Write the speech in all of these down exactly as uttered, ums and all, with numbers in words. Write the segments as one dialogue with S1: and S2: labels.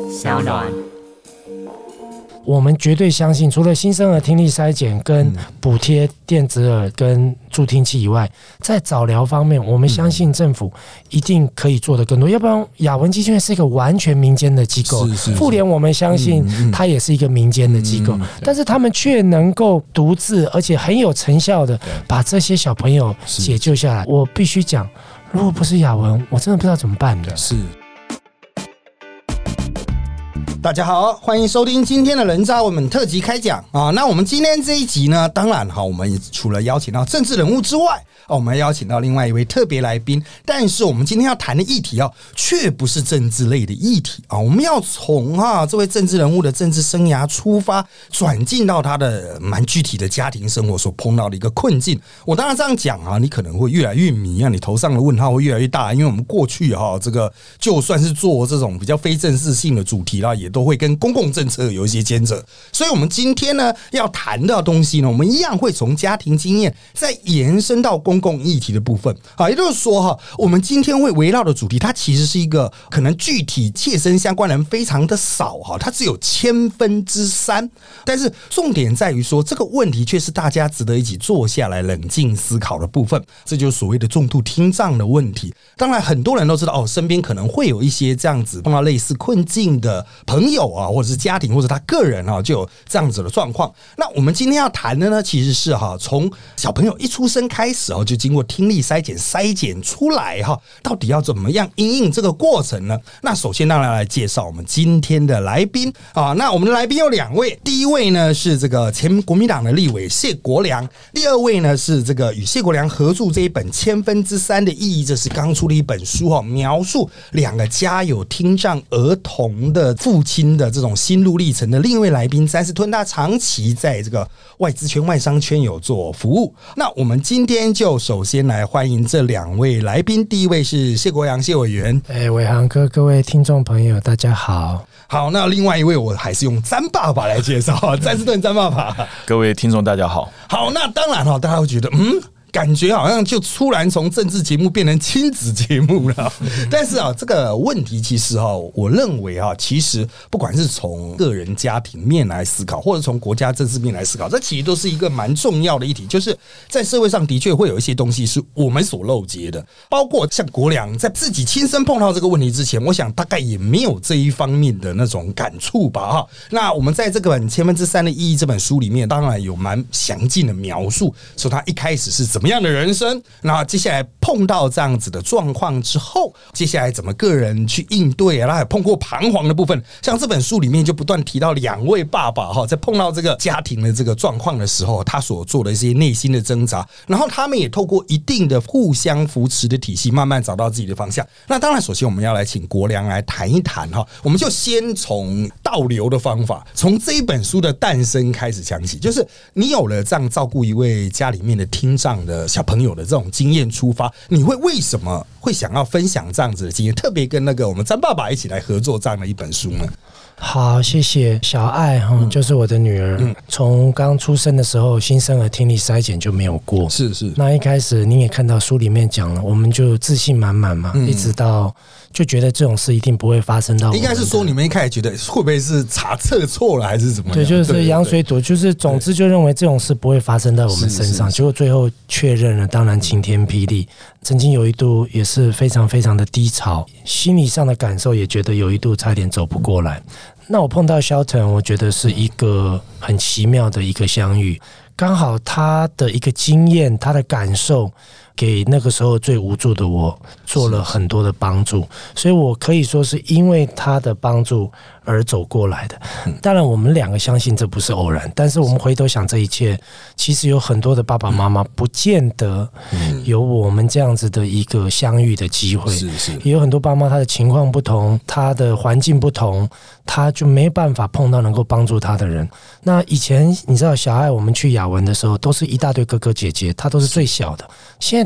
S1: 小暖。
S2: 我们绝对相信，除了新生儿听力筛检跟补贴电子耳跟助听器以外，在早疗方面，我们相信政府一定可以做得更多。要不然，雅文基金会是一个完全民间的机构，妇联我们相信它也是一个民间的机构，但是他们却能够独自而且很有成效的把这些小朋友解救下来。我必须讲，如果不是雅文，我真的不知道怎么办的。
S3: 是。大家好，欢迎收听今天的人渣我们特辑开讲啊。那我们今天这一集呢，当然哈，我们除了邀请到政治人物之外，我们邀请到另外一位特别来宾。但是我们今天要谈的议题啊，却不是政治类的议题啊。我们要从哈这位政治人物的政治生涯出发，转进到他的蛮具体的家庭生活所碰到的一个困境。我当然这样讲啊，你可能会越来越迷啊，你头上的问号会越来越大，因为我们过去哈这个就算是做这种比较非正式性的主题啦，也都会跟公共政策有一些牵扯，所以我们今天呢要谈的东西呢，我们一样会从家庭经验再延伸到公共议题的部分啊，也就是说哈，我们今天会围绕的主题，它其实是一个可能具体切身相关人非常的少哈，它只有千分之三，但是重点在于说这个问题却是大家值得一起坐下来冷静思考的部分，这就是所谓的重度听障的问题。当然很多人都知道哦，身边可能会有一些这样子碰到类似困境的朋友啊，或者是家庭，或者他个人啊，就有这样子的状况。那我们今天要谈的呢，其实是哈，从小朋友一出生开始哦，就经过听力筛检筛检出来哈，到底要怎么样因应这个过程呢？那首先当然来介绍我们今天的来宾啊，那我们的来宾有两位，第一位呢是这个前国民党的立委谢国良，第二位呢是这个与谢国良合著这一本千分之三的意义，这是刚出的一本书哈，描述两个家有听障儿童的父亲的这种心路历程的另一位来宾詹士敦，他长期在这个外资圈、外商圈有做服务。那我们今天就首先来欢迎这两位来宾，第一位是谢国良谢委员。
S2: 哎，伟航哥，各位听众朋友，大家好。
S3: 好，那另外一位我还是用詹爸爸来介绍，詹士敦詹爸爸。
S4: 各位听众大家好。
S3: 好，那当然大家会觉得嗯。感觉好像就突然从政治节目变成亲子节目了，但是啊，这个问题其实啊，我认为啊，其实不管是从个人家庭面来思考，或者从国家政治面来思考，这其实都是一个蛮重要的议题。就是在社会上的确会有一些东西是我们所漏接的，包括像国良在自己亲身碰到这个问题之前，我想大概也没有这一方面的那种感触吧。哈，那我们在这个本千分之三的意义这本书里面，当然有蛮详尽的描述，说他一开始是怎么样的人生，那接下来碰到这样子的状况之后，接下来怎么个人去应对啊？然后还碰过彷徨的部分，像这本书里面就不断提到两位爸爸哈，在碰到这个家庭的这个状况的时候，他所做的一些内心的挣扎，然后他们也透过一定的互相扶持的体系，慢慢找到自己的方向。那当然，首先我们要来请国良来谈一谈哈，我们就先从倒流的方法，从这一本书的诞生开始讲起，就是你有了这样照顾一位家里面的听障的小朋友的这种经验出发，你会为什么会想要分享这样子的经验，特别跟那个我们詹爸爸一起来合作这样的一本书呢？
S2: 好，谢谢小爱哈，就是我的女儿，从刚出生的时候，新生儿听力筛检就没有过，
S3: 是是。
S2: 那一开始你也看到书里面讲了，我们就自信满满嘛，嗯、一直到就觉得这种事一定不会发生到。
S3: 应该是说你们一开始觉得会不会是查测错了，还是怎么样？
S2: 对，就是羊水躲，就是总之就认为这种事不会发生在我们身上，结果最后确认了，当然晴天霹雳。曾经有一度也是非常非常的低潮，心理上的感受也觉得有一度差点走不过来。那我碰到萧腾，我觉得是一个很奇妙的一个相遇，刚好他的一个经验，他的感受，给那个时候最无助的我做了很多的帮助，所以我可以说是因为他的帮助而走过来的。当然我们两个相信这不是偶然，但是我们回头想这一切，其实有很多的爸爸妈妈不见得有我们这样子的一个相遇的机会，是是，也有很多爸妈他的情况不同，他的环境不同，他就没办法碰到能够帮助他的人。那以前你知道小爱我们去雅文的时候都是一大堆哥哥姐姐，他都是最小的，现在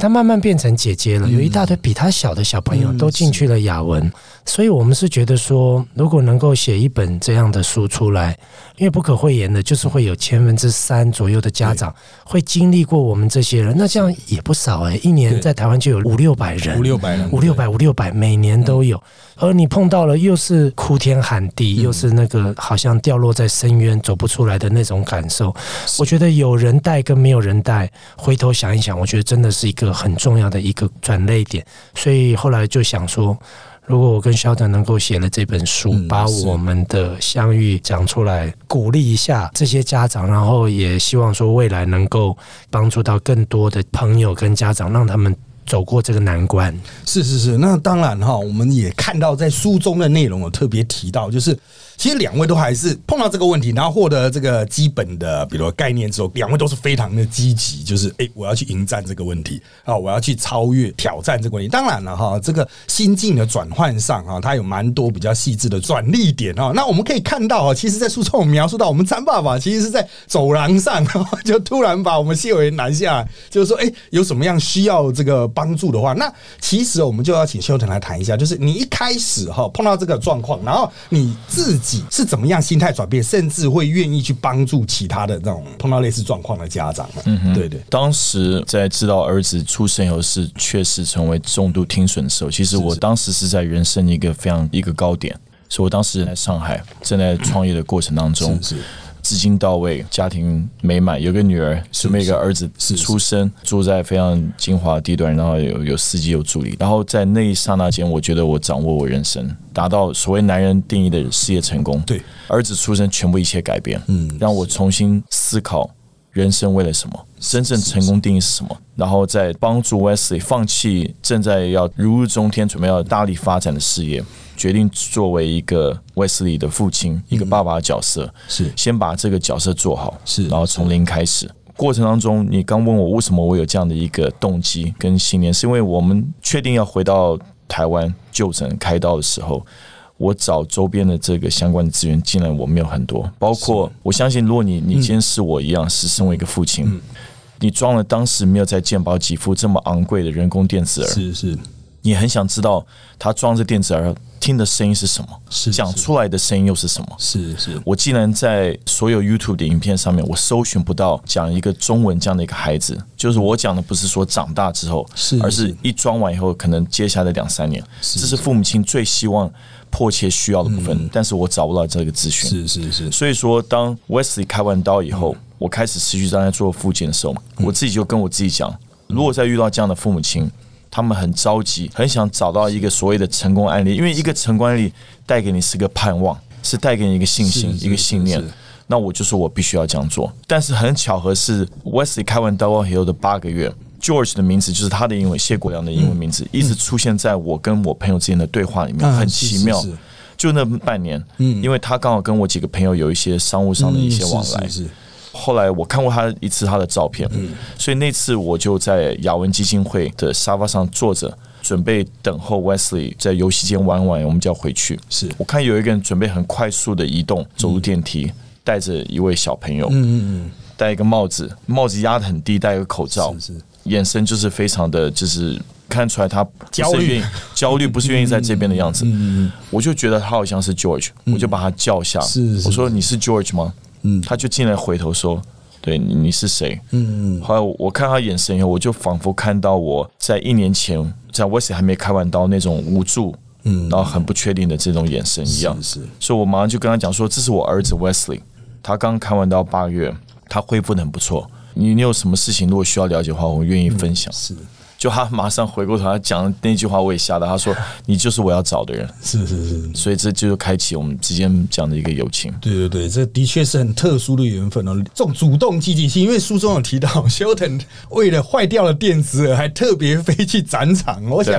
S2: 他慢慢变成姐姐了，有一大堆比他小的小朋友都进去了雅文，所以我们是觉得说，如果能够写一本这样的书出来，因为不可讳言的，就是会有千分之三左右的家长会经历过我们这些人，那这样也不少哎、欸，一年在台湾就有五六百人，
S3: 五六百人，
S2: 五六百五六百，每年都有。而你碰到了又是哭天喊地，又是那个好像掉落在深渊走不出来的那种感受，我觉得有人带跟没有人带，回头想一想，我觉得真的是一个很重要的一个转捩点。所以后来就想说，如果我跟Sheldon能够写了这本书，嗯、把我们的相遇讲出来，鼓励一下这些家长，然后也希望说未来能够帮助到更多的朋友跟家长，让他们走过这个难关。
S3: 是是是，那当然哈，我们也看到在书中的内容有特别提到，就是其实两位都还是碰到这个问题，然后获得这个基本的比如概念之后，两位都是非常的积极，就是哎、欸，我要去迎战这个问题啊，我要去超越挑战这个问题。当然了哈，这个心境的转换上啊，它有蛮多比较细致的转捩点啊。那我们可以看到啊，其实在书中我描述到，我们詹爸爸其实是在走廊上就突然把我们谢伟拦下来，就是说哎、欸，有什么样需要这个帮助的话，那其实我们就要请Sheldon来谈一下，就是你一开始哈碰到这个状况，然后你自己是怎么样心态转变，甚至会愿意去帮助其他的那种碰到类似状况的家长呢？嗯，对对。
S1: 当时在知道儿子出生以后是确实成为重度听损的时候，其实我当时是在人生一个非常一个高点，所以我当时在上海正在创业的过程当中。是是，资金到位，家庭美满，有个女儿，准备一个儿子出生，住在非常精华的地段，然后有有司机有助理，然后在那一刹那间，我觉得我掌握我人生，达到所谓男人定义的事业成功。对，儿子出生，全部一切改变，嗯，让我重新思考人生为了什么，真正成功定义是什么，然后再帮助 Wesley 放弃正在要如日中天、准备要大力发展的事业。决定作为一个Wesley的父亲，一个爸爸的角色，是先把这个角色做好，是然后从零开始。过程当中，你刚问我为什么我有这样的一个动机跟信念，是因为我们确定要回到台湾就诊开刀的时候，我找周边的这个相关的资源，竟然我没有很多，包括我相信，如果你你今天是我一样，是身为一个父亲，嗯、你装了当时没有在健保给付这么昂贵的人工电子耳，是是。你很想知道他装着电子耳听的声音是什么，讲出来的声音又是什么？是是。我竟然在所有 YouTube 的影片上面，我搜寻不到讲一个中文这样的一个孩子，就是我讲的不是说长大之后，是而是一装完以后，可能接下来两三年，这是父母亲最希望、迫切需要的部分，嗯、但是我找不到这个资讯。是是是。所以说，当 Wesley 开完刀以后，嗯、我开始持续在做复健的时候，我自己就跟我自己讲，如果再遇到这样的父母亲。他们很着急，很想找到一个所谓的成功案例，因为一个成功案例带给你是个盼望，是带给你一个信心、一个信念。那我就说我必须要这样做。但是很巧合是 ，Wesley 开完刀以后的八个月 ，George 的名字就是他的英文，谢国良的英文名字，嗯、一直出现在我跟我朋友之间的对话里面，嗯、很奇妙。是是是就那半年，嗯、因为他刚好跟我几个朋友有一些商务上的一些往来。嗯是是是后来我看过他一次他的照片，嗯、所以那次我就在雅文基金会的沙发上坐着，准备等候 Wesley 在游戏间玩完，我们就要回去。是我看有一个人准备很快速的移动，走入电梯，带着一位小朋友，嗯嗯戴一个帽子，帽子压得很低，戴一个口罩，是是眼神就是非常的，就是看出来他焦虑，焦虑不是愿意在这边的样子。嗯嗯我就觉得他好像是 George，嗯、我就把他叫下，是是我说你是 George 吗？嗯，他就进来回头说：“对，你你是谁？”嗯，后来我看他眼神以后，我就仿佛看到我在一年前在 Wesley 还没开完刀那种无助，嗯，然后很不确定的这种眼神一样。是，是所以我马上就跟他讲说：“这是我儿子 Wesley， 他刚开完刀八个月，他恢复得很不错。你你有什么事情如果需要了解的话，我愿意分享。”嗯、是。就他马上回过头，他讲那句话我也吓到。他说：“你就是我要找的人。”是是是，所以这就开启我们之间这样的一个友情。对对对，这的确是很特殊的缘分哦。这种主动积极性，因为书中有提到 ，Sheldon 为了坏掉了电子耳，还特别飞去展场。我想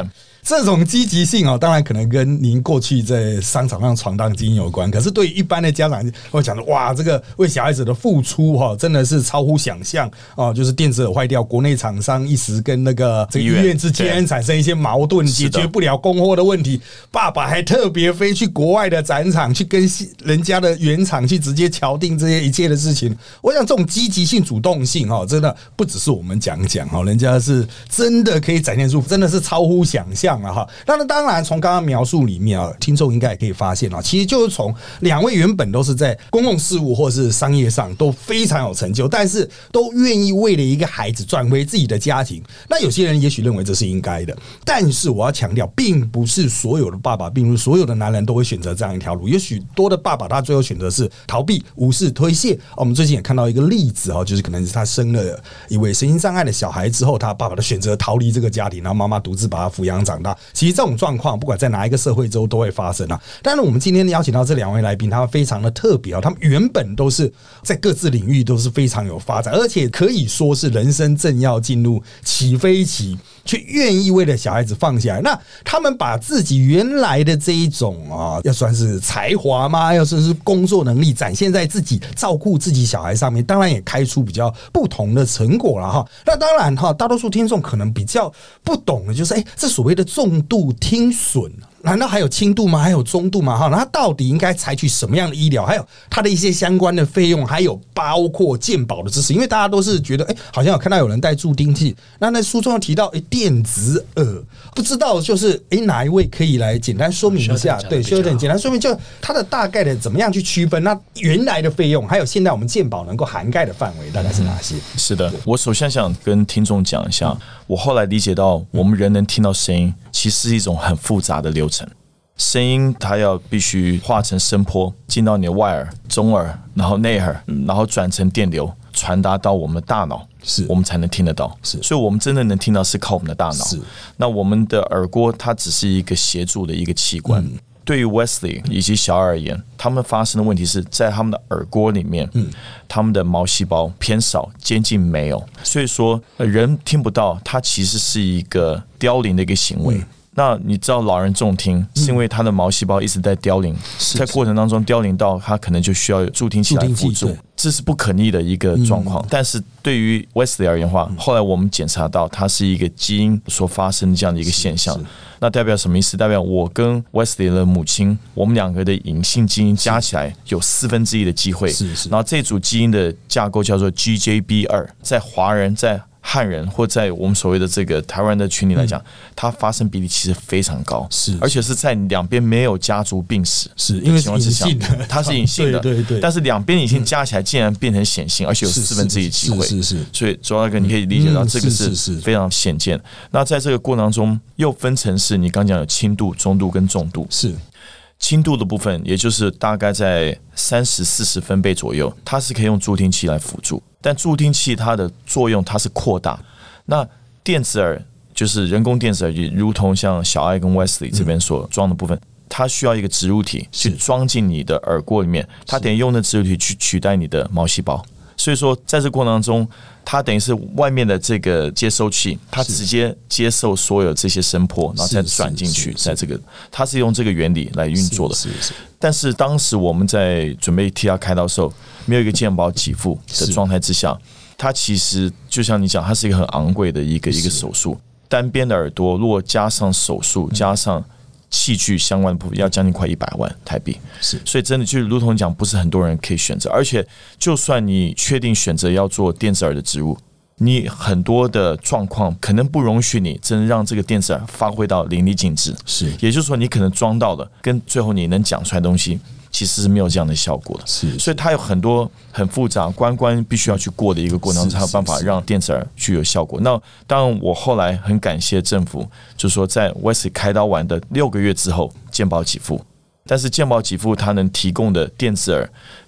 S3: 这种积极性哦，当然可能跟您过去在商场上闯荡经验有关。可是对于一般的家长会讲的，哇，这个为小孩子的付出哈，真的是超乎想象哦。就是电子耳坏掉，国内厂商一时跟那个这个医院之间产生一些矛盾，解决不了供货的问题，爸爸还特别飞去国外的展场去跟人家的原厂去直接敲定这些一切的事情。我想这种积极性、主动性哦，真的不只是我们讲讲哦，人家是真的可以展现出，真的是超乎想象了哈。那当然，从刚刚描述里面啊，听众应该也可以发现啊，其实就是从两位原本都是在公共事务或是商业上都非常有成就，但是都愿意为了一个孩子转回自己的家庭。那有些人也许认为这是应该的，但是我要强调，并不是所有的爸爸，并不是所有的男人都会选择这样一条路。也许多的爸爸他最后选择是逃避、无视、推卸。我们最近也看到一个例子啊，就是可能是他生了一位身心障碍的小孩之后，他爸爸的选择逃离这个家庭，然后妈妈独自把他抚养长大。其实这种状况不管在哪一个社会中都会发生啊。但是我们今天邀请到这两位来宾，他们非常的特别啊，他们原本都是在各自领域都是非常有发展，而且可以说是人生正要进入起飞期，却愿意为了小孩子放下来。那他们把自己原来的这一种啊，要算是才华吗？要算是工作能力展现在自己照顾自己小孩上面，当然也开出比较不同的成果了哈。那当然哈，大多数听众可能比较不懂的就是，哎、欸，这所谓的重度听损，难道还有轻度吗？还有中度吗？哈，那它到底应该采取什么样的医疗？还有它的一些相关的费用，还有包括健保的知识。因为大家都是觉得，哎、欸，好像有看到有人戴助听器。那那书中有提到，哎、欸，电子耳，不知道就是，哎、欸，哪一位可以来简单说明一下？对，修正简单说明，就它的大概的怎么样去区分？那原来的费用，还有现在我们健保能够涵盖的范围，大概是哪些？
S1: 嗯、是的，我首先想跟听众讲一下，嗯、我后来理解到，我们人能听到声音，其实是一种很复杂的流程。声音它要必须化成声波进到你的外耳、中耳，然后内耳，然后转成电流传达到我们的大脑，是我们才能听得到。是，所以我们真的能听到是靠我们的大脑。是，那我们的耳郭它只是一个协助的一个器官。嗯，对于 Wesley 以及小耳而言，他们发生的问题是在他们的耳郭里面，嗯，他们的毛细胞偏少，接近没有，所以说人听不到，它其实是一个凋零的一个行为。嗯，那你知道老人重听是因为他的毛细胞一直在凋零，在过程当中凋零到他可能就需要助听器来辅助，这是不可逆的一个状况。但是对于 Wesley 而言的话，后来我们检查到它是一个基因所发生的这样的一个现象。那代表什么意思？代表我跟 Wesley 的母亲，我们两个的隐性基因加起来有四分之一的机会。然后这组基因的架构叫做 G J B 二，在华人在汉人或在我们所谓的这个台湾的群里来讲，它发生比例其实非常高，是，而且是在两边没有家族病史，是因为是隐性的，它是隐性的，对对对。但是两边隐性加起来竟然变成显性，而且有四分之一机会，是是。所以周大哥，你可以理解到这个是非常显见。那在这个过程当中，又分成是你刚讲有轻度、中度跟重度，是。轻度的部分，也就是大概在三十四十分贝左右，它是可以用助听器来辅助，但助听器它的作用它是扩大。那电子耳就是人工电子耳机，如同像小爱跟 Wesley 这边所装的部分，它需要一个植入体去装进你的耳郭里面，它等于用那植入体去取代你的毛细胞。所以说，在这个过程当中，它等于是外面的这个接收器，它直接接受所有这些声波，然后再转进去，在这个它是用这个原理来运作的。但是当时我们在准备替他开刀的时候，没有一个健保给付的状态之下，它其实就像你讲，它是一个很昂贵的一个一个手术。单边的耳朵，如果加上手术，加上器具相关的部分要将近快一百万台币，是，所以真的就如同讲，不是很多人可以选择。而且，就算你确定选择要做电子耳的植入，你很多的状况可能不容许你真的让这个电子耳发挥到淋漓尽致。是，也就是说，你可能装到了，跟最后你能讲出来的东西，其实是没有这样的效果的。是，所以它有很多很复杂关关必须要去过的一个过程当中，才有办法让电子耳具有效果。那当然，我后来很感谢政府，就是说在 Wesley 开刀完的六个月之后，健保给付。但是健保给付它能提供的电子耳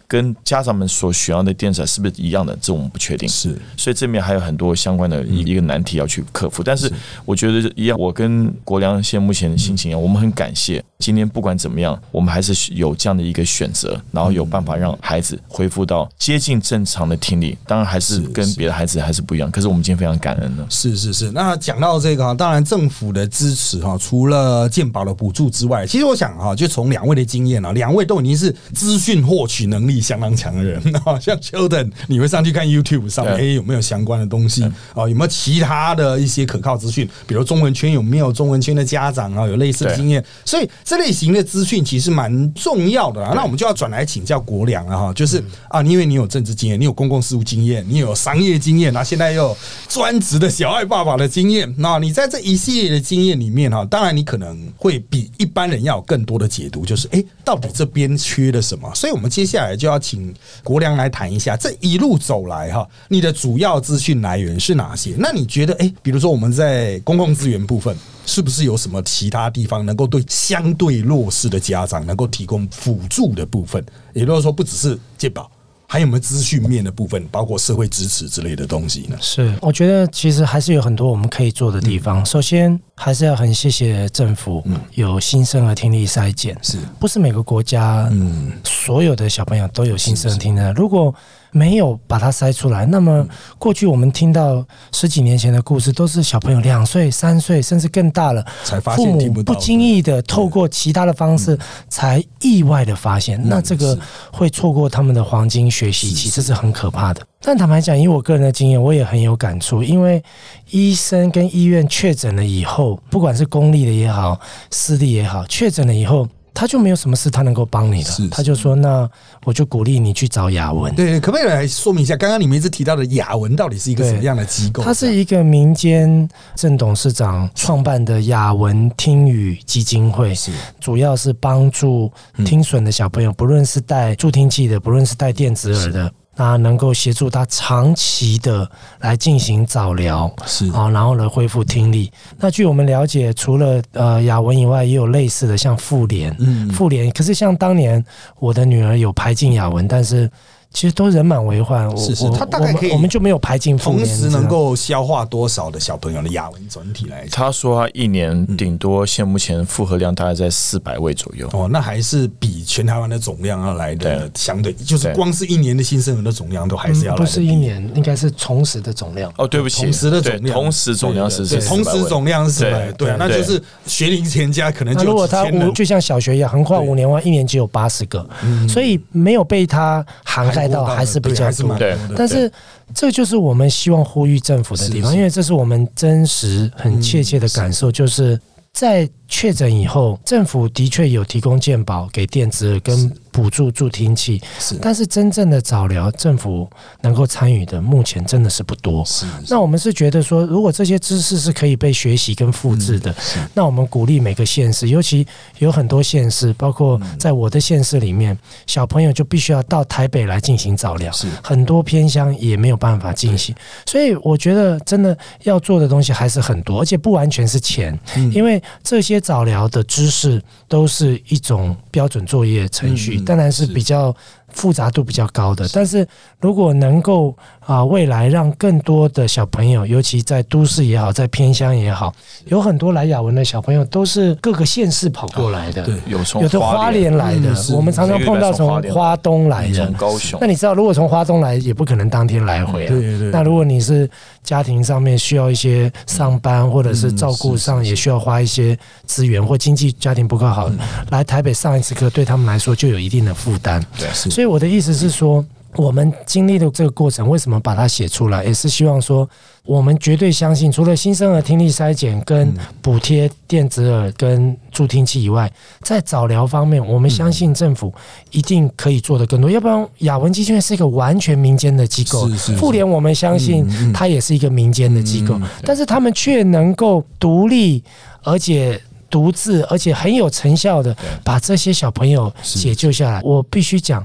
S1: 跟家长们所需要的电子耳是不是一样的，这我们不确定。
S3: 是，
S1: 所以这边还有很多相关的一个难题要去克服。但是我觉得一样，我跟国良现在目前的心情一样，我们很感谢今天不管怎么样，我们还是有这样的一个选择，然后有办法让孩子恢复到接近正常的听力。当然还是跟别的孩子还是不一样，可是我们今天非常感恩的。
S3: 是是是，那讲到这个，当然政府的支持哈，除了健保的补助之外，其实我想哈，就从两位的经验啊，两位都已经是资讯获取能力相当强的人啊，像 Sheldon， 你会上去看 YouTube 上面，哎、欸，有没有相关的东西啊？有没有其他的一些可靠资讯？比如中文圈有没有中文圈的家长啊，有类似的经验？所以这类型的资讯其实蛮重要的啦。那我们就要转来请教国良了哈，就是啊，因为你有政治经验，你有公共事务经验，你有商业经验，那现在又有专职的小爱爸爸的经验，那你在这一系列的经验里面哈，当然你可能会比一般人要有更多的解读，就是哎、欸，到底这边缺了什么？所以我们接下来就要请国良来谈一下，这一路走来哈，你的主要资讯来源是哪些？那你觉得哎、欸，比如说我们在公共资源部分，是不是有什么其他地方能够对相对弱势的家长能够提供辅助的部分？也就是说，不只是健保。还有没有资讯面的部分，包括社会支持之类的东西呢？
S2: 是，我觉得其实还是有很多我们可以做的地方。嗯、首先，还是要很谢谢政府有新生儿听力筛检，是不是每个国家嗯所有的小朋友都有新生儿听力？如果没有把它筛出来，那么过去我们听到十几年前的故事，都是小朋友两岁、三岁甚至更大了，
S3: 才发现听不到，
S2: 父母不经意的透过其他的方式，才意外的发现，那这个会错过他们的黄金学习期，这是很可怕的。但坦白讲，以我个人的经验，我也很有感触，因为医生跟医院确诊了以后，不管是公立的也好，私立也好，确诊了以后，他就没有什么事他能够帮你了，他就说那我就鼓励你去找雅文。
S3: 对，可不可以来说明一下，刚刚你们一直提到的雅文到底是一个什么样的机构？
S2: 它是一个民间郑董事长创办的雅文听语基金会，主要是帮助听损的小朋友，不论是戴助听器的，不论是戴电子耳的，那能够协助他长期的来进行早疗，是啊，然后来恢复听力。那据我们了解，除了呃雅文以外，也有类似的，像妇联，嗯，妇联。可是像当年我的女儿有排进雅文，但是其实都人满为患，
S3: 是是，他大概可以，
S2: 我们就没有排进妇联，
S3: 同时能够消化多少的小朋友的雅文整体来讲？
S1: 他说他一年顶多现目前负荷量大概在四百位左右。
S3: 哦，那还是比全台湾的总量要来的相对，就是光是一年的新生儿的总量都还是要来的、嗯。
S2: 不是一年，应该是同时的总量。
S1: 哦，对不起，
S3: 同时的总量，
S1: 同时总量是
S3: 对，同时总量是四百，对，那就是学龄前家可能就
S2: 如果他五就像小学一样，横跨五年的话，一年只有八十个、嗯，所以没有被他涵盖到，还是比较。
S1: 对，
S2: 但是这就是我们希望呼吁政府的地方，因为这是我们真实、很切切的感受，就是在确诊以后，政府的确有提供健保给电子耳跟补助助听器，但是真正的早疗，政府能够参与的，目前真的是不多。那我们是觉得说，如果这些知识是可以被学习跟复制的，嗯、那我们鼓励每个县市，尤其有很多县市，包括在我的县市里面，小朋友就必须要到台北来进行早疗，很多偏乡也没有办法进行，所以我觉得真的要做的东西还是很多，而且不完全是钱，嗯、因为这些早疗的知识都是一种标准作业程序，嗯、当然是比较复杂度比较高的。但是如果能够啊、呃，未来让更多的小朋友，尤其在都市也好，在偏乡也好，有很多来雅文的小朋友都是各个县市跑过来的，
S1: 对，有从
S2: 有的花莲来的，嗯、我们常常碰到从花东来的，
S1: 从高雄。
S2: 那你知道，如果从花东来，也不可能当天来回啊。
S3: 对对对。
S2: 那如果你是家庭上面需要一些上班或者是照顾上也需要花一些资源，或经济家庭不够好，嗯、来台北上一次课对他们来说就有一定的负担。对，所以我的意思是说，我们经历的这个过程，为什么把它写出来，也是希望说，我们绝对相信，除了新生儿听力筛检跟补贴电子耳跟助听器以外，在早疗方面，我们相信政府一定可以做得更多。要不然，雅文基金会是一个完全民间的机构，妇联我们相信它也是一个民间的机构，但是他们却能够独立，而且独自，而且很有成效的把这些小朋友解救下来。我必须讲，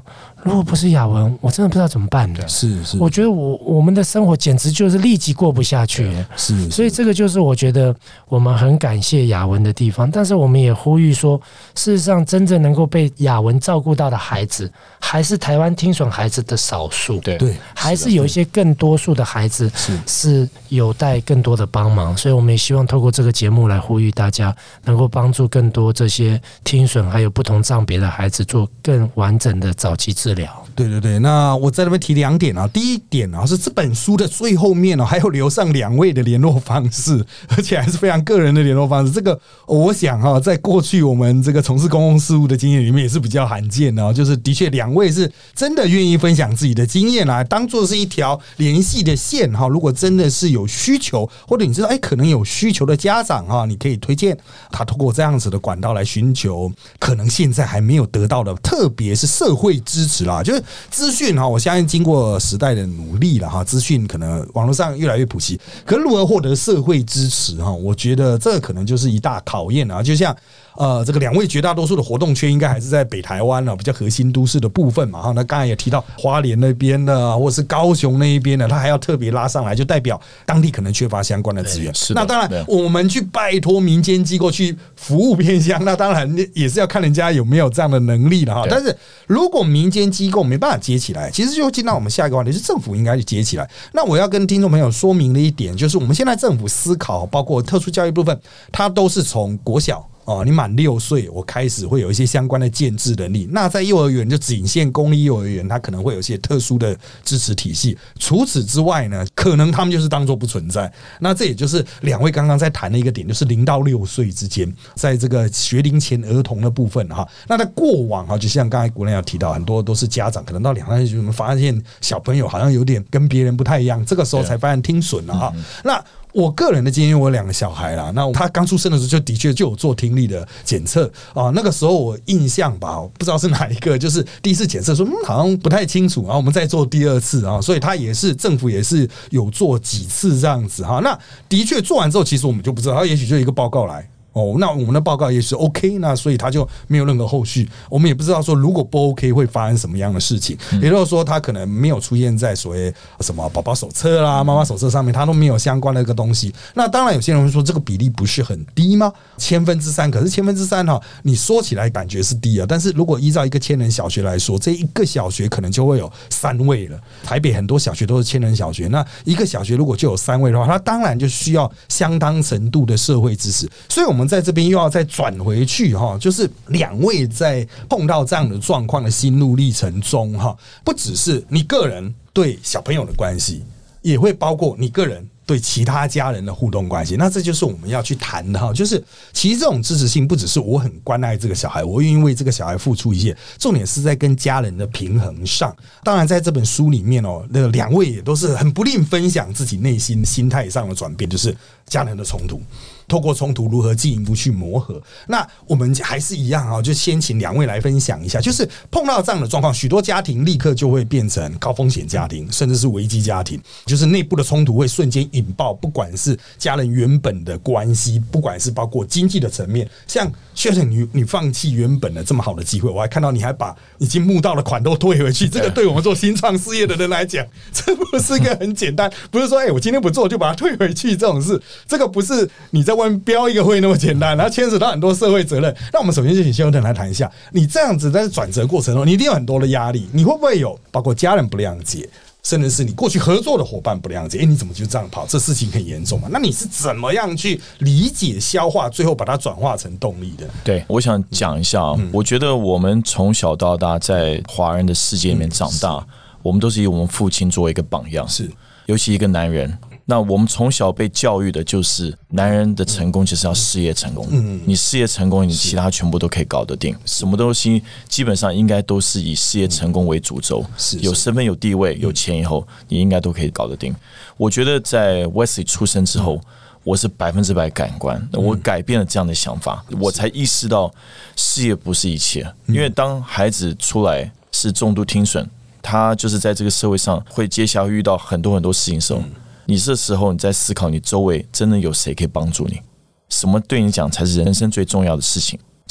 S2: 如果不是雅文，我真的不知道怎么办的。
S3: 是是，
S2: 我觉得我我们的生活简直就是立即过不下去。
S3: 是，是，
S2: 所以这个就是我觉得我们很感谢雅文的地方，但是我们也呼吁说，事实上真正能够被雅文照顾到的孩子，还是台湾听损孩子的少数。
S1: 对
S3: 对，
S2: 还是有一些更多数的孩子
S3: 是
S2: 是有待更多的帮忙，所以我们也希望透过这个节目来呼吁大家，能够帮助更多这些听损还有不同障别的孩子做更完整的早期治疗。
S3: 对对对，那我在那边提两点啊。第一点啊，是这本书的最后面哦，还有留上两位的联络方式，而且还是非常个人的联络方式。这个我想哈，在过去我们这个从事公共事务的经验里面也是比较罕见的，就是的确两位是真的愿意分享自己的经验啊，当做是一条联系的线哈。如果真的是有需求，或者你知道哎可能有需求的家长哈，你可以推荐他透过这样子的管道来寻求可能现在还没有得到的，特别是社会支持啦，就是资讯哈，我相信经过时代的努力了哈，资讯可能网络上越来越普及，可是如何获得社会支持哈，我觉得这可能就是一大考验啊。就像呃，这个两位绝大多数的活动圈应该还是在北台湾了，比较核心都市的部分嘛哈。那刚才也提到花莲那边的，或是高雄那一边的，他还要特别拉上来，就代表当地可能缺乏相关的资源。那当然，我们去拜托民间机构去服务偏乡，那当然也是要看人家有没有这样的能力了哈。但是如果民间机构没办法接起来，其实就进到我们下一个话题，是政府应该去接起来。那我要跟听众朋友说明的一点，就是我们现在政府思考，包括特殊教育部分，它都是从国小。哦，你满六岁，我开始会有一些相关的建制能力。那在幼儿园就仅限公立幼儿园，它可能会有一些特殊的支持体系。除此之外呢，可能他们就是当作不存在。那这也就是两位刚刚在谈的一个点，就是零到六岁之间，在这个学龄前儿童的部分哈。那在过往哈，就像刚才国人要提到，很多都是家长可能到两三岁，我们发现小朋友好像有点跟别人不太一样，这个时候才发现听损了哈。那我个人的经验，我有两个小孩啦。那他刚出生的时候，就的确就有做听力的检测啊。那个时候我印象吧，不知道是哪一个，就是第一次检测说，嗯，好像不太清楚，然后我们再做第二次啊。所以他也是政府也是有做几次这样子哈。那的确做完之后，其实我们就不知道，他也许就一个报告来。哦，那我们的报告也是 OK， 那所以他就没有任何后续。我们也不知道说如果不 OK 会发生什么样的事情，也就是说他可能没有出现在所谓什么宝宝手册啦、妈妈手册上面，他都没有相关的一个东西。那当然有些人会说这个比例不是很低吗？千分之三，可是千分之三哈，你说起来感觉是低啊，但是如果依照一个千人小学来说，这一个小学可能就会有三位了。台北很多小学都是千人小学，那一个小学如果就有三位的话，它当然就需要相当程度的社会支持。所以我们在这边又要再转回去哈，就是两位在碰到这样的状况的心路历程中哈，不只是你个人对小朋友的关系，也会包括你个人对其他家人的互动关系。那这就是我们要去谈的哈，就是其实这种支持性不只是我很关爱这个小孩，我愿意为这个小孩付出一切，重点是在跟家人的平衡上。当然在这本书里面哦，那两位也都是很不吝分享自己内心心态上的转变，就是家人的冲突，透过冲突如何进一步去磨合。那我们还是一样啊，就先请两位来分享一下，就是碰到这样的状况，许多家庭立刻就会变成高风险家庭，甚至是危机家庭，就是内部的冲突会瞬间引爆，不管是家人原本的关系，不管是包括经济的层面，像确实你你放弃原本的这么好的机会，我还看到你还把已经募到的款都退回去，这个对我们做新创事业的人来讲，这不是一个很简单，不是说哎、欸、我今天不做就把它退回去这种事，这个不是你在外面标一个会那么简单，然后牵扯到很多社会责任。那我们首先就请谢文腾来谈一下，你这样子在转折过程中，你一定有很多的压力，你会不会有包括家人不谅解，甚至是你过去合作的伙伴不谅解？哎、欸，你怎么就这样跑？这事情很严重嘛？那你是怎么样去理解、消化，最后把它转化成动力的？
S1: 对，我想讲一下、嗯，我觉得我们从小到大在华人的世界里面长大，嗯、我们都是以我们父亲作为一个榜样，是，尤其一个男人。那我们从小被教育的就是男人的成功就是要事业成功，嗯，你事业成功，你其他全部都可以搞得定，什么东西基本上应该都是以事业成功为主轴，有身份、有地位、有钱以后，你应该都可以搞得定。我觉得在 Wesley 出生之后，我是百分之百感官，我改变了这样的想法，我才意识到事业不是一切。因为当孩子出来是重度听损，他就是在这个社会上会接下来遇到很多很多事情的时候。你这时候你在思考，你周围真的有谁可以帮助你？什么对你讲才是人生最重要的事情？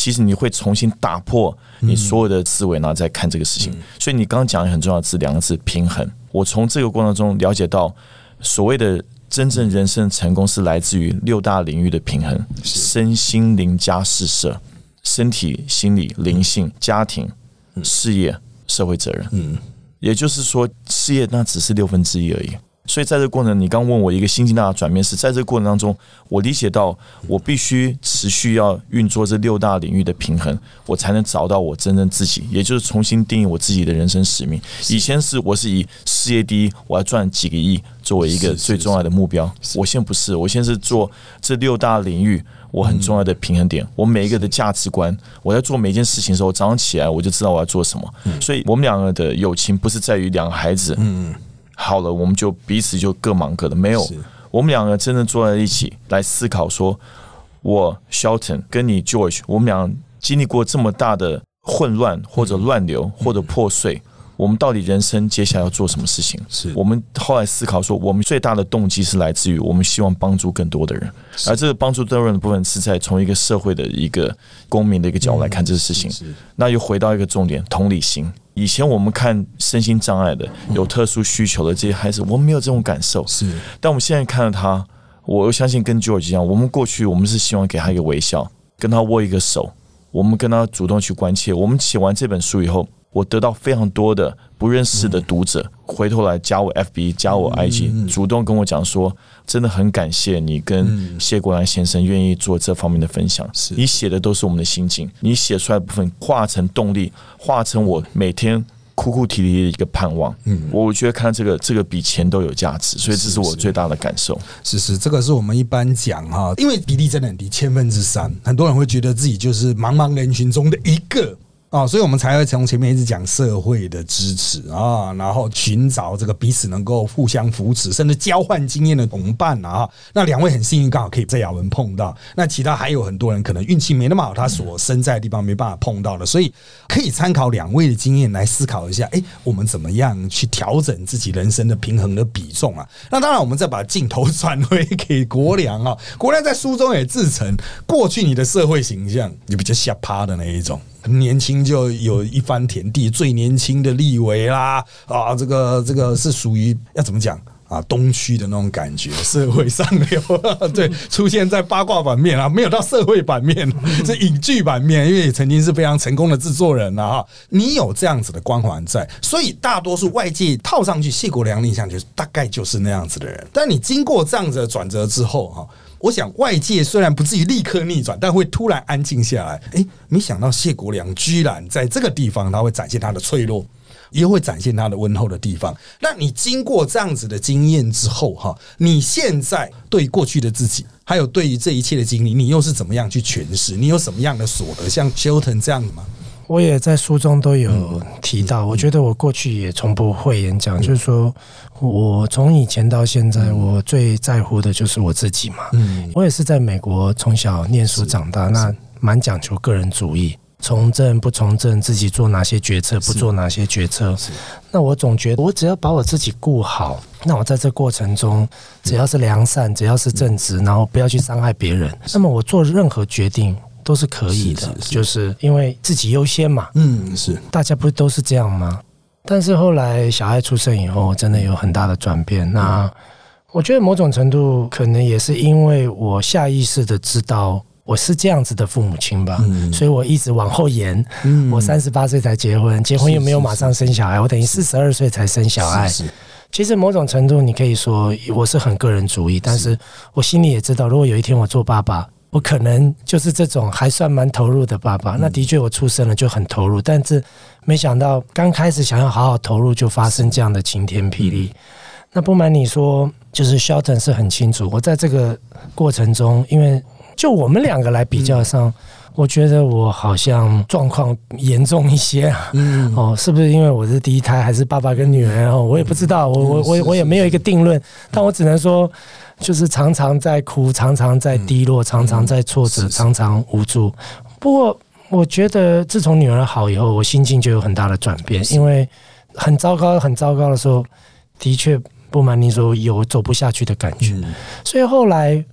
S1: 其实你会重新打破你所有的思维，然后再看这个事情。所以你刚刚讲的很重要的字，两个字平衡。我从这个过程中了解到，所谓的真正人生成功是来自于六大领域的平衡：身心灵家事社，身体、心理、灵性、家庭、事业、社会责任。嗯，也就是说，事业那只是六分之一而已。所以在这个过程，你刚问我一个心境大的转变是，在这个过程当中，我理解到我必须持续要运作这六大领域的平衡，我才能找到我真正自己，也就是重新定义我自己的人生使命。以前是我是以事业第一，我要赚几个亿作为一个最重要的目标，我现在不是，我现在是做这六大领域我很重要的平衡点。我每一个的价值观，我在做每一件事情的时候，早上起来我就知道我要做什么。所以我们两个的友情不是在于两个孩子，嗯。好了，我们就彼此就各忙各的，没有。我们两个真正坐在一起来思考说，我 Shelton 跟你 George， 我们俩经历过这么大的混乱或者乱流或者破碎，我们到底人生接下来要做什么事情？是我们后来思考说，我们最大的动机是来自于我们希望帮助更多的人，而这个帮助更多人的部分是在从一个社会的一个公民的一个角度来看这个事情。那又回到一个重点，同理心。以前我们看身心障碍的、有特殊需求的这些孩子，我们没有这种感受。是，但我们现在看到他，我又相信跟 George 一样，我们过去我们是希望给他一个微笑，跟他握一个手，我们跟他主动去关切。我们写完这本书以后，我得到非常多的不认识的读者，回头来加我 F B 加我 I G， 主动跟我讲说，真的很感谢你跟谢国良先生愿意做这方面的分享。你写的都是我们的心境，你写出来的部分化成动力，化成我每天哭哭啼啼的一个盼望。嗯，我觉得看这个这个比钱都有价值，所以这是我最大的感受。
S3: 是是，这个是我们一般讲哈，因为比例真的很低，千分之三，很多人会觉得自己就是茫茫人群中的一个。哦，所以我们才会从前面一直讲社会的支持啊，然后寻找这个彼此能够互相扶持，甚至交换经验的同伴啊。那两位很幸运，刚好可以在雅文碰到。那其他还有很多人可能运气没那么好，他所身在的地方没办法碰到的，所以可以参考两位的经验来思考一下，哎，我们怎么样去调整自己人生的平衡的比重啊？那当然，我们再把镜头转回给国良啊。国良在书中也自称，过去你的社会形象也比较下趴的那一种。年轻就有一番田地，最年轻的立委啦，啊，这个这个是属于要怎么讲啊？东区的那种感觉，社会上流，对，出现在八卦版面啊，没有到社会版面，是影剧版面，因为也曾经是非常成功的制作人啊，你有这样子的光环在，所以大多数外界套上去谢国良印象就是大概就是那样子的人，但你经过这样子的转折之后哈。我想外界虽然不至于立刻逆转，但会突然安静下来。哎，没想到谢国良居然在这个地方，他会展现他的脆弱，也会展现他的温厚的地方。那你经过这样子的经验之后，哈，你现在对过去的自己，还有对于这一切的经历，你又是怎么样去诠释？你有什么样的所得？像 Shelton 这样的吗？
S2: 我也在书中都有提到，我觉得我过去也从不讳言讲，就是说我从以前到现在，我最在乎的就是我自己嘛。我也是在美国从小念书长大，那蛮讲求个人主义，从政不从政，自己做哪些决策，不做哪些决策。那我总觉得，我只要把我自己顾好，那我在这过程中，只要是良善，只要是正直，然后不要去伤害别人，那么我做任何决定都是可以的，是是是，就是因为自己优先嘛。嗯，是，大家不都是这样吗？但是后来小孩出生以后，真的有很大的转变。那我觉得某种程度可能也是因为我下意识的知道我是这样子的父母亲吧，嗯、所以我一直往后延。嗯、我三十八岁才结婚，结婚又没有马上生小孩，我等于四十二岁才生小孩。是是，其实某种程度你可以说我是很个人主义，但是我心里也知道，如果有一天我做爸爸，我可能就是这种还算蛮投入的爸爸。那的确我出生了就很投入，但是没想到刚开始想要好好投入，就发生这样的晴天霹雳。那不瞒你说，就是 Shelton 是很清楚，我在这个过程中，因为就我们两个来比较上，嗯、我觉得我好像状况严重一些啊。嗯、哦，是不是因为我是第一胎，还是爸爸跟女儿？哦，我也不知道，我我我我也没有一个定论，但我只能说。就是常常在哭，常常在低落，常常在挫折，常常无助。不过，我觉得自从女儿好以后，我心境就有很大的转变。因为很糟糕、很糟糕的时候，的确不瞒您说，有走不下去的感觉。所以后来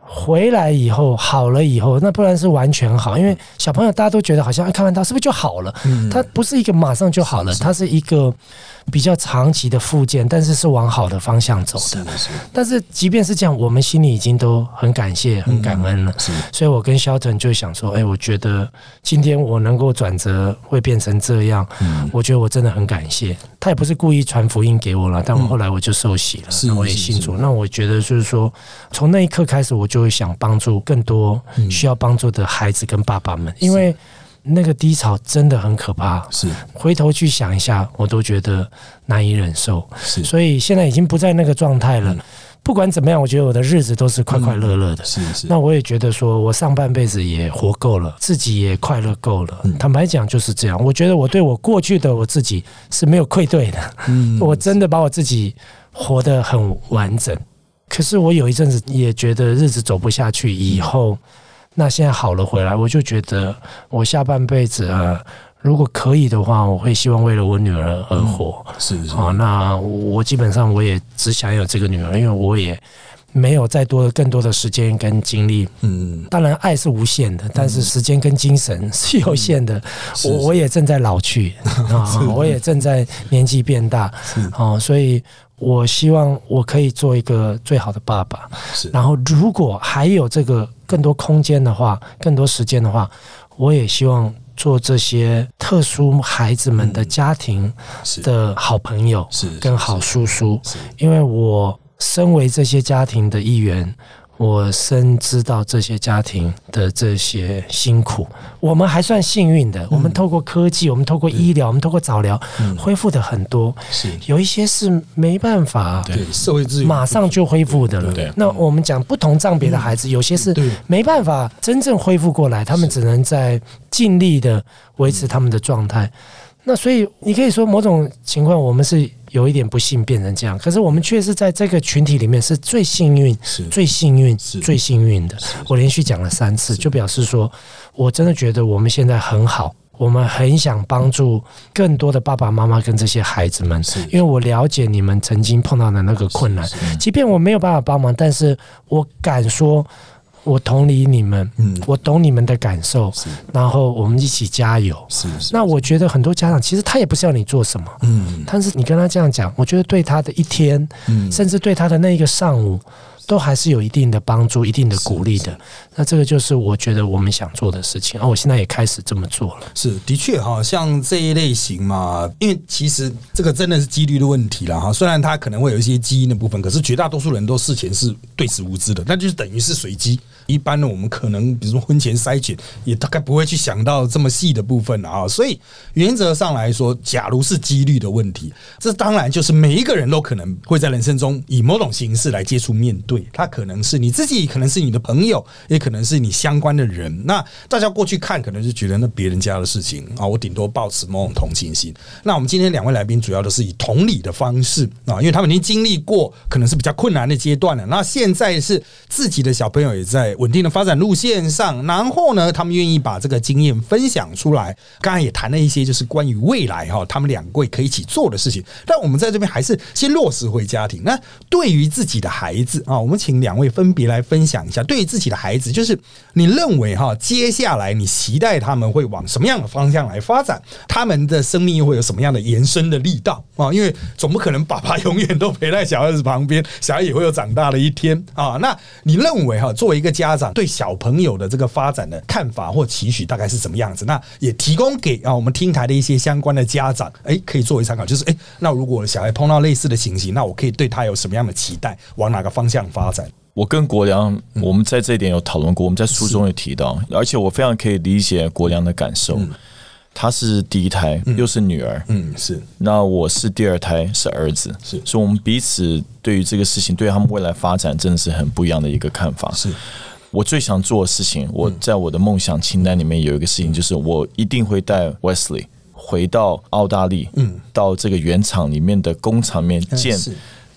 S2: 回来以后好了以后，那不然是完全好，因为小朋友大家都觉得好像看完他是不是就好了？嗯，他不是一个马上就好了，他是一个比较长期的复健，但是是往好的方向走的。是是，但是即便是这样，我们心里已经都很感谢、很感恩了。嗯、是，所以我跟Shelton就想说，哎、欸，我觉得今天我能够转折会变成这样，嗯，我觉得我真的很感谢。他也不是故意传福音给我了，但我后来我就受洗了，嗯、我也信主。那我觉得就是说，从那一刻开始，我就会想帮助更多需要帮助的孩子跟爸爸们，因为那个低潮真的很可怕。是，回头去想一下，我都觉得难以忍受。是，所以现在已经不在那个状态了。嗯，不管怎么样，我觉得我的日子都是快快乐乐的。嗯、是是。那我也觉得说，我上半辈子也活够了，自己也快乐够了。嗯、坦白讲就是这样。我觉得我对我过去的我自己是没有愧对的。嗯，我真的把我自己活得很完整。可是我有一阵子也觉得日子走不下去，以后那现在好了回来，我就觉得我下半辈子啊，如果可以的话，我会希望为了我女儿而活。嗯、是是啊，那我基本上我也只想有这个女儿，因为我也没有再多更多的时间跟精力。嗯，当然爱是无限的，但是时间跟精神是有限的。嗯、我我也正在老去啊，我也正在年纪变大啊，所以我希望我可以做一个最好的爸爸。然后如果还有这个更多空间的话，更多时间的话，我也希望做这些特殊孩子们的家庭的好朋友跟好叔叔，因为我身为这些家庭的一员，我深知道这些家庭的这些辛苦。我们还算幸运的，我们透过科技，我们透过医疗，我们透过早疗，恢复的很多。是有一些是没办法，对社会资源马上就恢复的了。那我们讲不同障别的孩子，有些是没办法真正恢复过来，他们只能在尽力的维持他们的状态。那所以你可以说某种情况我们是有一点不幸变成这样，可是我们却是在这个群体里面是最幸运、最幸运、最幸运的。我连续讲了三次，就表示说我真的觉得我们现在很好，我们很想帮助更多的爸爸妈妈跟这些孩子们，因为我了解你们曾经碰到的那个困难，即便我没有办法帮忙，但是我敢说我同理你们，嗯，我懂你们的感受，然后我们一起加油。是是。那我觉得很多家长其实他也不是要你做什么，嗯，但是你跟他这样讲，我觉得对他的一天，嗯，甚至对他的那一个上午，都还是有一定的帮助、一定的鼓励的。那这个就是我觉得我们想做的事情，而我现在也开始这么做了。
S3: 是，的确哈，像这一类型嘛，因为其实这个真的是几率的问题啦哈。虽然他可能会有一些基因的部分，可是绝大多数人都事前是对此无知的，那就是等于是随机。一般呢，我们可能比如说婚前筛检，也大概不会去想到这么细的部分啊。所以原则上来说，假如是几率的问题，这当然就是每一个人都可能会在人生中以某种形式来接触面对。他可能是你自己，可能是你的朋友，也可能是你相关的人。那大家过去看，可能就觉得那别人家的事情啊，我顶多抱持某种同情心。那我们今天两位来宾主要都是以同理的方式啊，因为他们已经经历过可能是比较困难的阶段了。那现在是自己的小朋友也在稳定的发展路线上，然后呢，他们愿意把这个经验分享出来。刚才也谈了一些，就是关于未来哈，他们两位可以一起做的事情。但我们在这边还是先落实回家庭。那对于自己的孩子啊，我们请两位分别来分享一下，对于自己的孩子，就是你认为哈，接下来你期待他们会往什么样的方向来发展？他们的生命又会有什么样的延伸的力道啊？因为总不可能爸爸永远都陪在小孩子旁边，小孩也会有长大的一天啊。那你认为哈，作为一个家长，对小朋友的这个发展的看法或期许大概是什么样子？那也提供给啊我们听台的一些相关的家长，哎，可以作为参考。就是哎，那如果小孩碰到类似的情形，那我可以对他有什么样的期待，往哪个方向发展？
S1: 我跟国良，我们在这一点有讨论过，我们在书中也提到，而且我非常可以理解国良的感受。嗯，他是第一胎，又是女儿，嗯，是。那我是第二胎，是儿子，是。所以我们彼此对于这个事情，对他们未来发展，真的是很不一样的一个看法。是。我最想做的事情，我在我的梦想清单里面有一个事情，就是我一定会带 Wesley 回到澳大利，嗯，到这个原厂里面的工厂里面见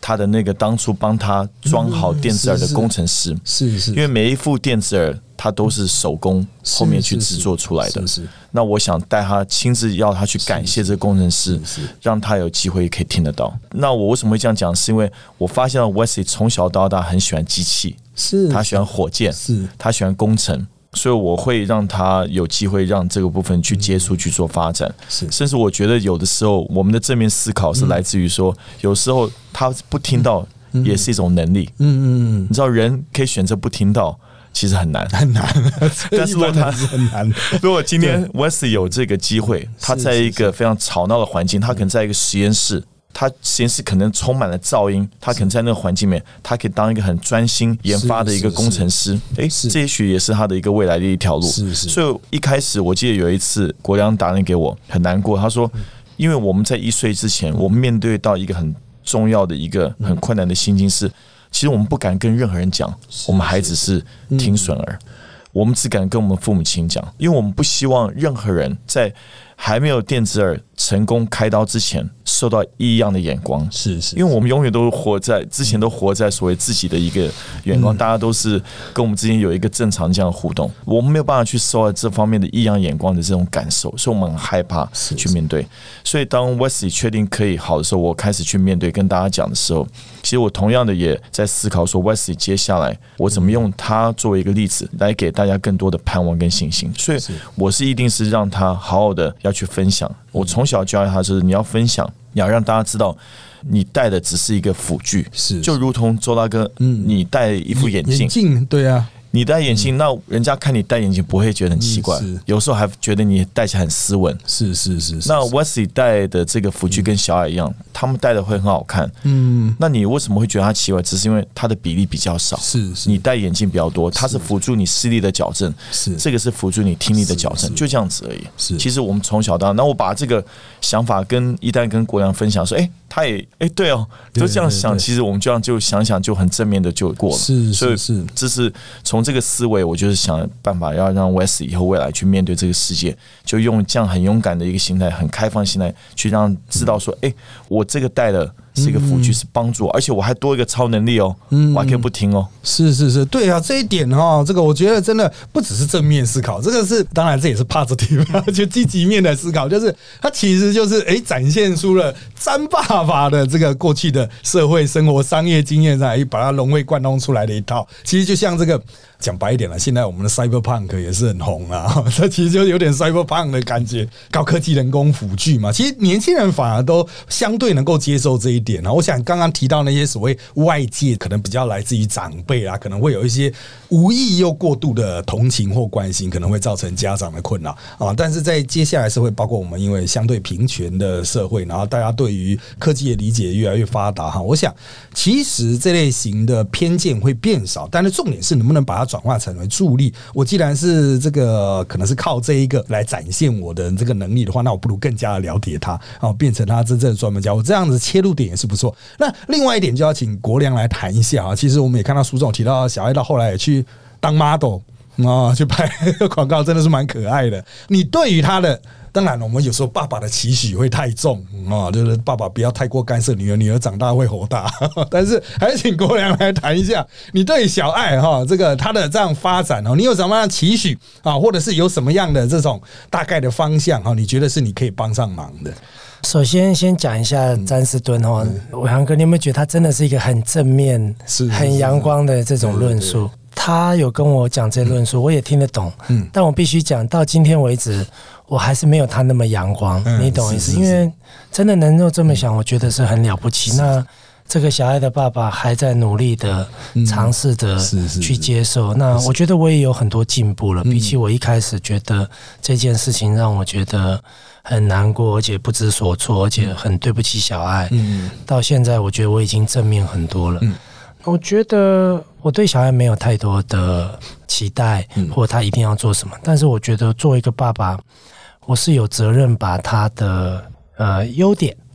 S1: 他的那个当初帮他装好电子耳的工程师，
S3: 嗯、是 是, 是, 是，
S1: 因为每一副电子耳他都是手工后面去制作出来的。
S3: 是是是是，
S1: 那我想带他亲自要他去感谢这个工程师，
S3: 是是是，
S1: 让他有机会可以听得到。那我为什么会这样讲？是因为我发现了 Wesley 从小到大很喜欢机器，
S3: 是
S1: 他喜欢火箭，
S3: 是
S1: 他喜欢工程。所以我会让他有机会让这个部分去接触、去做发展，
S3: 是
S1: 甚至我觉得有的时候我们的正面思考是来自于说，有时候他不听到也是一种能力。嗯嗯嗯，你知道人可以选择不听到，其实很难
S3: 很难，
S1: 但是如果他
S3: 很难。
S1: 如果今天 Wesley 有这个机会，他在一个非常吵闹的环境，他可能在一个实验室。他实验室可能充满了噪音，他可能在那个环境里面，他可以当一个很专心研发的一个工程师。哎，这也许也是他的一个未来的一条路。
S3: 是是。
S1: 所以一开始我记得有一次国良打电给我，很难过。他说，因为我们在一岁之前，我们面对到一个很重要的一个很困难的心境是，其实我们不敢跟任何人讲，我们孩子是听损儿，我们只敢跟我们父母亲讲，因为我们不希望任何人在还没有电子耳成功开刀之前受到异样的眼光。
S3: 是是，
S1: 因为我们永远都活在之前都活在所谓自己的一个眼光，大家都是跟我们之间有一个正常这样的互动，我们没有办法去受到这方面的异样眼光的这种感受，所以我们很害怕去面对。所以当 Wesley 确定可以好的时候，我开始去面对跟大家讲的时候，其实我同样的也在思考说 Wesley 接下来我怎么用他作为一个例子来给大家更多的盼望跟信心。所以我是一定是让他好好的要去分享。我从小教育他就是你要分享，你要让大家知道你戴的只是一个辅具，
S3: 是
S1: 就如同周大哥，嗯，你戴一副眼镜，
S3: 眼镜对啊。
S1: 你戴眼镜，那人家看你戴眼镜不会觉得很奇怪，有时候还觉得你戴起来很斯文。
S3: 是是是。
S1: 那 Wesley 戴的这个辅具跟小矮一样，他们戴的会很好看。嗯，那你为什么会觉得他奇怪？只是因为他的比例比较少。
S3: 是是。
S1: 你戴眼镜比较多，它是辅助你视力的矫正，是这个是辅助你听力的矫正，就这样子而已。是。其实我们从小到大，那我把这个想法跟一旦跟国良分享说，哎、欸，他也哎、欸、对哦，都这样想，其实我们这样就想想就很正面的就过了。
S3: 是是是，
S1: 这是从这个思维，我就是想办法要让 Wesley 以后未来去面对这个世界，就用这样很勇敢的一个心态，很开放的心态，去让知道说，哎、欸，我这个带的是一个辅具，是帮助我，而且我还多一个超能力哦，我还可以不听哦。
S3: 是是是，对啊，这一点哈，这个我觉得真的不只是正面思考，这个是当然这也是 positive， 就积极面的思考，就是它其实就是哎、欸、展现出了詹爸爸的这个过去的社会生活、商业经验上，哎把它融会贯通出来的一套。其实就像这个讲白一点了，现在我们的 Cyberpunk 也是很红啊，它其实就有点 Cyberpunk 的感觉，高科技人工辅具嘛。其实年轻人反而都相对能够接受这一点啊。我想刚刚提到那些所谓外界可能比较来自于长辈啊，可能会有一些无意又过度的同情或关心，可能会造成家长的困扰啊。但是在接下来社会，包括我们因为相对平权的社会，然后大家对于科技的理解越来越发达哈，我想其实这类型的偏见会变少，但是重点是能不能把它转化成为助力。我既然是这个可能是靠这一个来展现我的这个能力的话，那我不如更加的了解它，啊，变成他真正的专门家。我这样子切入点也是不错。那另外一点就要请国良来谈一下啊。其实我们也看到书中提到，小爱到后来也去当 model 啊，去拍广告，真的是蛮可爱的。你对于他的，当然我们有时候爸爸的期许会太重啊，就是爸爸不要太过干涉女儿，女儿长大会火大。但是还是请国良来谈一下，你对小爱哈这个他的这样发展哦，你有什么样的期许啊，或者是有什么样的这种大概的方向哈？你觉得是你可以帮上忙的？
S2: 首先，先讲一下詹士敦哦，伟航哥，你有没有觉得他真的是一个很正面、很阳光的这种论述？他有跟我讲这论述，我也听得懂。嗯，但我必须讲到今天为止，我还是没有他那么阳光。你懂意思？因为真的能够这么想，我觉得是很了不起。那这个小爱的爸爸还在努力的尝试着去接受，那我觉得我也有很多进步了。比起我一开始觉得这件事情让我觉得很难过，而且不知所措，而且很对不起小爱，到现在我觉得我已经正面很多了。我觉得我对小爱没有太多的期待，或者他一定要做什么，但是我觉得作为一个爸爸，我是有责任把他的呃优点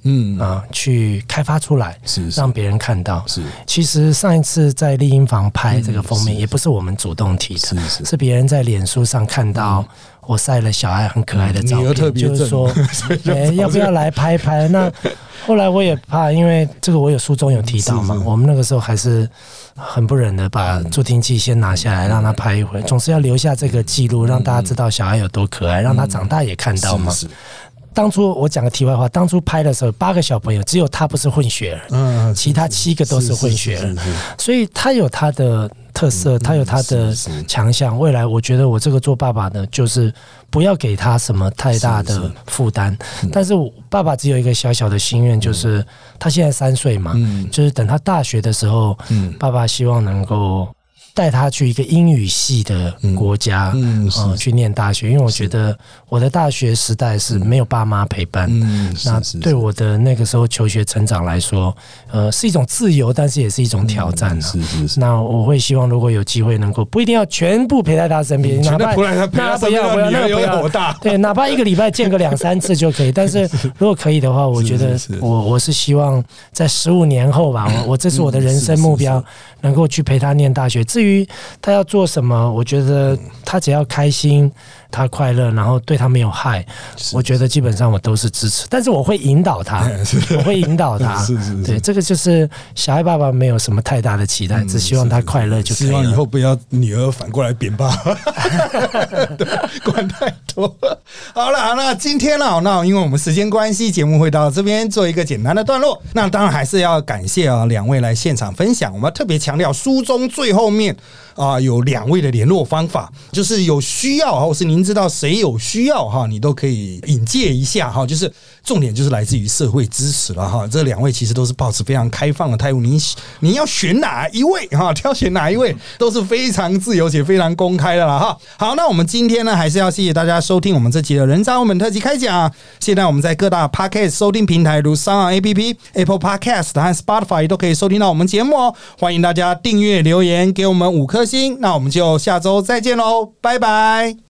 S2: 嗯啊，去开发出来，
S3: 是
S2: 让别人看到。
S3: 是，
S2: 其实上一次在丽婴房拍这个封面，也不是我们主动提的，
S3: 是是
S2: 是别人在脸书上看到我晒了小爱很可爱的照片，就是说，哎，要不要来拍拍？那后来我也怕，因为这个我有书中有提到嘛，我们那个时候还是很不忍的把助听器先拿下来，让他拍一回，总是要留下这个记录，让大家知道小爱有多可爱，让他长大也看到嘛。是是，当初我讲个题外话，当初拍的时候，八个小朋友只有他不是混血儿，嗯，其他七个都是混血儿，所以他有他的特色，他有他的强项。未来我觉得我这个做爸爸的，就是不要给他什么太大的负担。但是我爸爸只有一个小小的心愿，就是他现在三岁嘛，就是等他大学的时候，爸爸希望能够带他去一个英语系的国家，嗯，嗯呃、去念大学，因为我觉得我的大学时代是没有爸妈陪伴，嗯，那对我的那个时候求学成长来说，呃，是一种自由，但是也是一种挑战、啊嗯、是是是。那我会希望如果有机会能够，不一定要全部陪在他身边，哪怕那不要不要那个不要，对，哪怕一个礼拜见个两三次就可以。但是如果可以的话，我觉得我我是希望在十五年后吧，我我这是我的人生目标，能够去陪他念大学。至于他要做什么，我觉得他只要开心，他快乐，然后对他没有害，我觉得基本上我都是支持。但是我会引导他，我会引导他。是是是，对，这个就是小爱爸爸没有什么太大的期待，嗯、只希望他快乐就可以了。
S3: 希望以后不要女儿反过来扁爸爸，管太多。好了，那今天呢，那因为我们时间关系，节目会到这边做一个简单的段落。那当然还是要感谢啊两位来现场分享。我们特别强调书中最后面。啊，有两位的联络方法，就是有需要或是您知道谁有需要哈，你都可以引介一下哈。就是重点就是来自于社会支持了哈。这两位其实都是抱持非常开放的态度，您您要选哪一位哈，挑选哪一位都是非常自由且非常公开的了哈。好，那我们今天呢，还是要谢谢大家收听我们这期的人渣文本特辑开讲。现在我们在各大 Podcast 收听平台，如 SoundOn A P P、Apple Podcast 和 Spotify 都可以收听到我们节目哦。欢迎大家订阅、留言，给我们五颗星。那我们就下周再见喽，拜拜。